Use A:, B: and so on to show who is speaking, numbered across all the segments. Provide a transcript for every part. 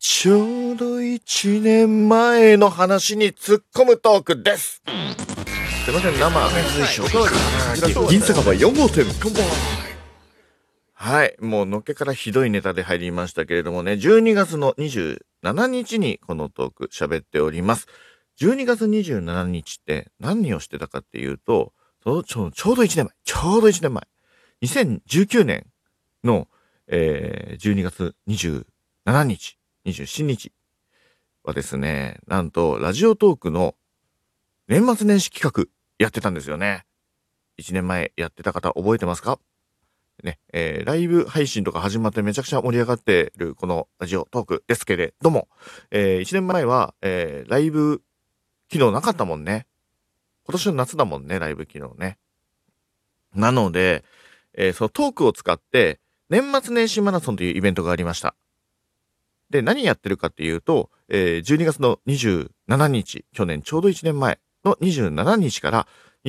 A: ちょうど1年前の話に突っ込むトークです。すいません、生銀酒場4号店乾杯。はい、もうのっけからひどいネタで入りましたけれどもね、12月の27日にこのトーク喋っております。12月27日って何をしてたかっていうと、ちょうど1年前、2019年の、12月27日、27日はですね、なんとラジオトークの年末年始企画やってたんですよね。1年前やってた方覚えてますかね、ライブ配信とか始まってめちゃくちゃ盛り上がってるこのラジオトークですけれども、1年前は、ライブ機能なかったもんね。今年の夏だもんね、ライブ機能ね。なので、そのトークを使って年末年始マラソンというイベントがありました。で、何やってるかっていうと、12月の27日、去年ちょうど1年前の27日から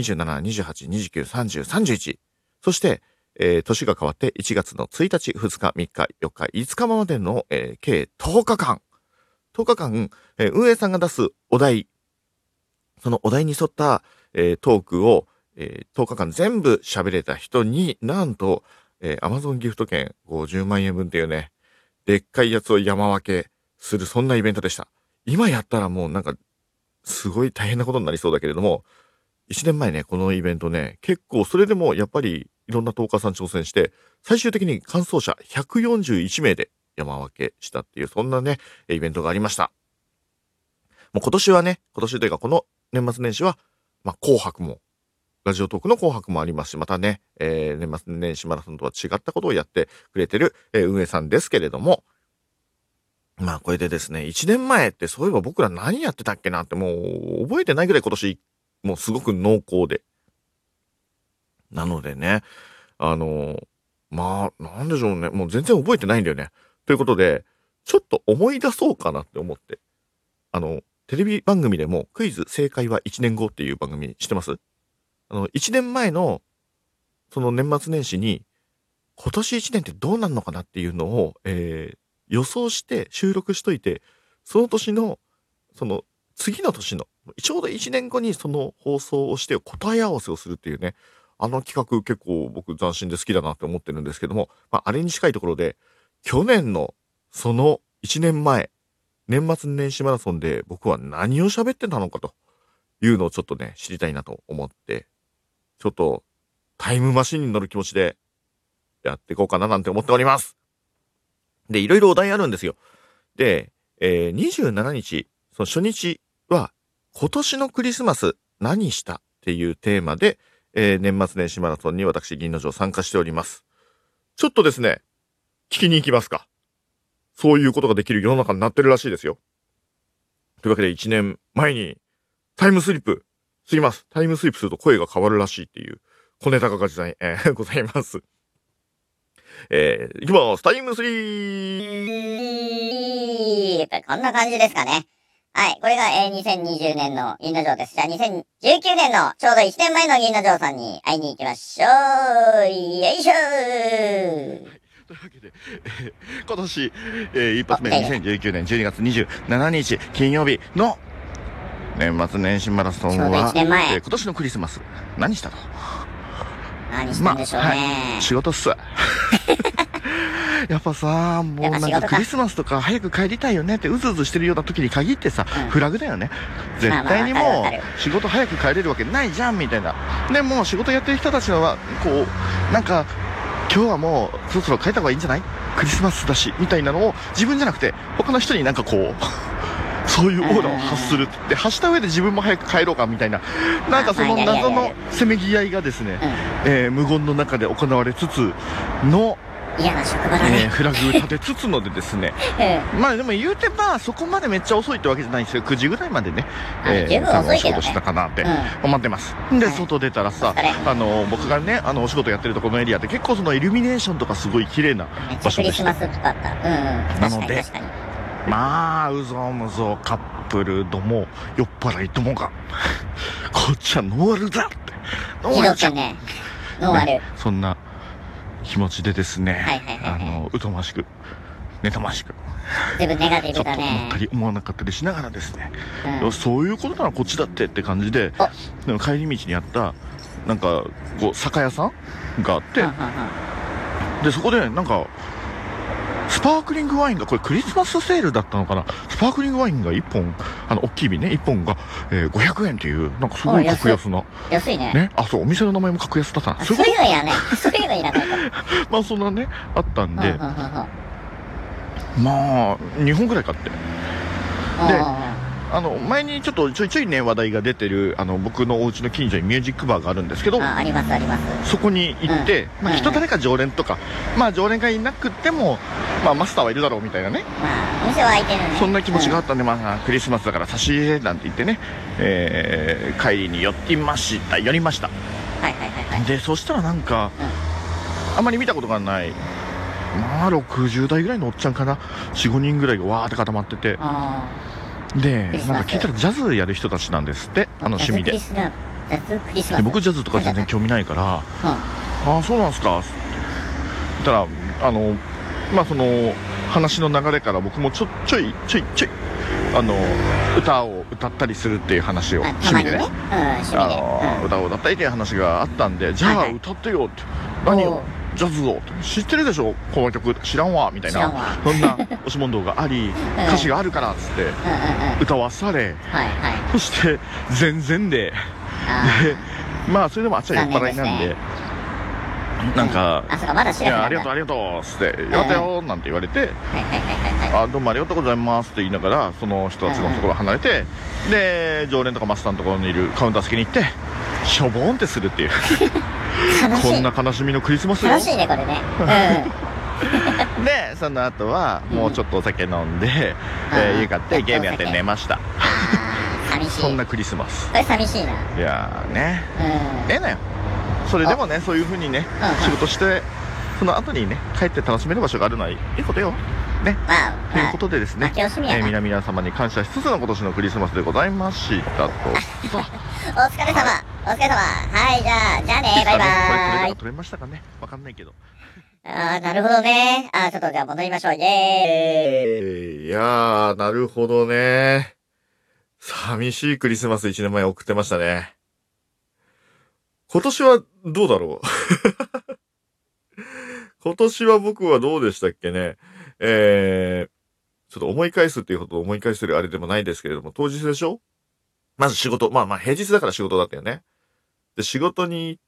A: 27、28、29、30、31、そして、年が変わって1月の1日、2日、3日、4日、5日までの、計10日間、運営さんが出すお題、そのお題に沿った、トークを、10日間全部喋れた人に、なんと、Amazon ギフト券50万円分っていうね、でっかいやつを山分けする、そんなイベントでした。今やったらもうなんか、すごい大変なことになりそうだけれども、1年前ね、このイベントね、結構それでもやっぱりいろんなトーカーさん挑戦して、最終的に完走者141名で山分けしたっていう、そんなね、イベントがありました。もう今年というかこの年末年始は、紅白も、ラジオトークの紅白もありますし、またね、年末年始マラソンとは違ったことをやってくれてる、運営さんですけれども、これでですね、1年前ってそういえば僕ら何やってたっけなってもう覚えてないぐらい今年、もうすごく濃厚で。なのでね、なんでしょうね、もう全然覚えてないんだよね。ということで、ちょっと思い出そうかなって思って。テレビ番組でもクイズ正解は1年後っていう番組知ってます？1年前の、その年末年始に、今年1年ってどうなるのかなっていうのを、予想して収録しといて、その年の、その次の年の、ちょうど1年後にその放送をして答え合わせをするっていうね、あの企画結構僕斬新で好きだなって思ってるんですけども、あれに近いところで、去年のその1年前、年末年始マラソンで僕は何を喋ってたのかというのをちょっとね、知りたいなと思って、ちょっとタイムマシンに乗る気持ちでやっていこうかななんて思っております。で、いろいろお題あるんですよ。で、27日、その初日は今年のクリスマス何したっていうテーマで、年末年始マラソンに私銀の城参加しております。ちょっとですね、聞きに行きますか。そういうことができる世の中になってるらしいですよ。というわけで1年前にタイムスリップすると声が変わるらしいっていう小ネタがございます。いきます。タイムスリー
B: こんな感じですかね。はい。これが、2020年の銀の城です。じゃあ、2019年のちょうど1年前の銀の城さんに会いに行きましょう。よいしょー。
A: というわけで、今年、一発目2019年12月27日金曜日の年末年始マラソンは、
B: ちょうど1年前。
A: 今年のクリスマス何したと。
B: 何したんでしょうね。はい、
A: 仕事っす。やっぱさ、もうなんかクリスマスとか早く帰りたいよねってうずうずしてるような時に限ってさ、フラグだよね。絶対にもう仕事早く帰れるわけないじゃんみたいな。でも仕事やってる人たちのはこうなんか今日はもうそろそろ帰った方がいいんじゃない？クリスマスだしみたいなのを自分じゃなくて他の人になんかこうそういうオーラを発するって発した上で自分も早く帰ろうかみたいな、なんかその謎のせめぎ合いがですね、無言の中で行われつつの
B: 嫌な職場だね。
A: フラグ立てつつのでですね、でも言うてそこまでめっちゃ遅いってわけじゃないんですよ。9時ぐらいまでね、
B: 十分遅いけどね、
A: お仕事したかなって思ってます。で、外出たらさ、僕がね、お仕事やってるところのエリアって結構そのイルミネーションとかすごい綺麗な場所でした。
B: めっちゃクリスマスっぽかった。
A: なので、うぞうむぞうカップルども、酔っ払いどもが、こっちはノーアルだって。
B: ノーアルじゃん。ノーアル。
A: そんな気持ちでですね、疎ましく、妬ましく、
B: 自分ネガティ
A: ちょっと思
B: ブだね
A: った。り思わなかったりしながらですね、
B: うん。
A: そういうことならこっちだってって感じで、
B: お
A: でも帰り道にあったなんかこう酒屋さんがあって、
B: はんはんはん
A: でそこでなんかスパークリングワインが、これクリスマスセールだったのかな、スパークリングワインが1本、大きい瓶ね、1本が、500円っていう、なんかすごい格安な。
B: 安いね。
A: ね。あ、そう、お店の名前も格安だったな。
B: そういうのやね。そういうのいらないと。
A: まあそんなね、あったんで、
B: うんうんうんうん
A: まあ、2本くらい買って。
B: うん
A: 前にちょっとちょいちょいね、話題が出てる、僕のお家の近所にミュージックバーがあるんですけど、
B: ありますあります。
A: そこに行って、
B: うんうん
A: まあ誰か常連とか、まあ常連がいなくても、まあマスターはいるだろうみたいなね、
B: まあ、お店は開いてるね。
A: そんな気持ちがあったんで、まあクリスマスだから差し入れなんて言ってね、帰りに寄りました。
B: はいはいはいはい。
A: で、そしたらなんか、あんまり見たことがない、まあ60代ぐらいのおっちゃんかな、4、5人ぐらいがわーって固まってて、
B: あ
A: で
B: クリスマス
A: なんか聞いたらジャズやる人たちなんですって、趣味で。
B: ジャズクリスマス。
A: で僕ジャズとか全然興味ないから、
B: うん。
A: ああそうなんすかって言ったら、まあその話の流れから僕もちょい歌を歌ったりするっていう話を
B: た
A: 趣味でね、
B: まにね。うん、趣味で。
A: 歌を歌ったりっていう話があったんで、じゃあ
B: はいはい
A: 歌ってよって、何を
B: おう
A: ジャズを知ってるでしょこの曲、知らんわみたいな、
B: 知らんわ
A: そんな押し問答があり、歌詞があるからっつって
B: うんうんうん。
A: 歌わされ、
B: はいはい。
A: そして全然で、
B: あ
A: でまあそれでもあっちは酔っ払いなん
B: 残念
A: で、なんか
B: あ、そうか、まだ
A: 「
B: 知らない。
A: いやありがとうありがとう」っつって「よかったよ」なんて言われて
B: はいはいはいはい。
A: 「あどうもありがとうございます」って言いながら、その人たちのところ離れて、で常連とかマスターのところにいるカウンター席に行ってしょぼーんってするっていう
B: 楽しい。
A: こんな悲しみのクリスマスよ。
B: 楽しいね、これね。うん。
A: でその後はもうちょっとお酒飲んで、家買ってゲームやって寝ました。
B: あー、寂しい。
A: そんなクリスマス。
B: これ寂しいな。
A: いやーね、
B: うん。
A: ええのよ。それでもね、そういう風にね、
B: うん
A: 仕事してその後にね帰って楽しめる場所があるのはいいことよね。
B: まあ、
A: ということでですね、
B: 負け惜しみやな
A: 皆様に感謝しつつの今年のクリスマスでございましたとさ
B: お疲れ様。お疲れ様。はい、じゃあね、バイバ
A: これ
B: ーイ。
A: 取れましたかね、わかんないけど。
B: あー、なるほどね。あー、ちょっとじゃあ戻りましょう。イェーイ。
A: いやー、なるほどね。寂しいクリスマス1年前送ってましたね。今年はどうだろう今年は僕はどうでしたっけね。ちょっと思い返すっていうことを思い返せるあれでもないですけれども、当日でしょ？まず仕事。まあ平日だから仕事だったよね。で、仕事に行って、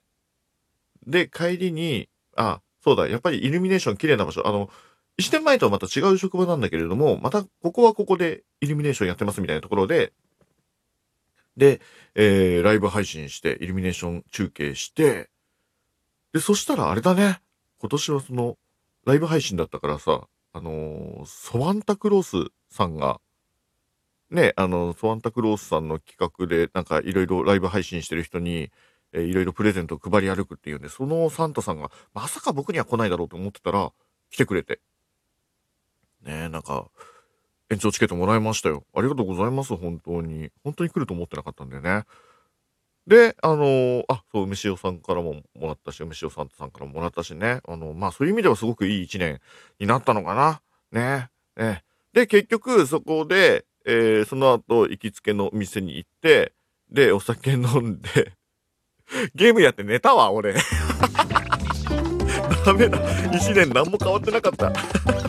A: で、帰りに、そうだ、やっぱりイルミネーション綺麗な場所。1年前とはまた違う職場なんだけれども、またここはここでイルミネーションやってますみたいなところで、で、ライブ配信して、イルミネーション中継して、で、そしたらあれだね。今年はその、ライブ配信だったからさ、ソワンタクロースさんが、ね、ソワンタクロースさんの企画で、なんかいろいろライブ配信してる人に、いろいろプレゼントを配り歩くっていうんで、そのサンタさんが、まさか僕には来ないだろうと思ってたら、来てくれて。ね、なんか、延長チケットもらいましたよ。ありがとうございます、本当に。本当に来ると思ってなかったんだよね。で、そう、梅塩さんからももらったし、梅塩サンタさんからももらったしね。まあそういう意味ではすごくいい一年になったのかな。ね。で、結局、そこで、その後、行きつけの店に行って、で、お酒飲んで、ゲームやって寝たわ、俺。ダメだ。一年何も変わってなかった。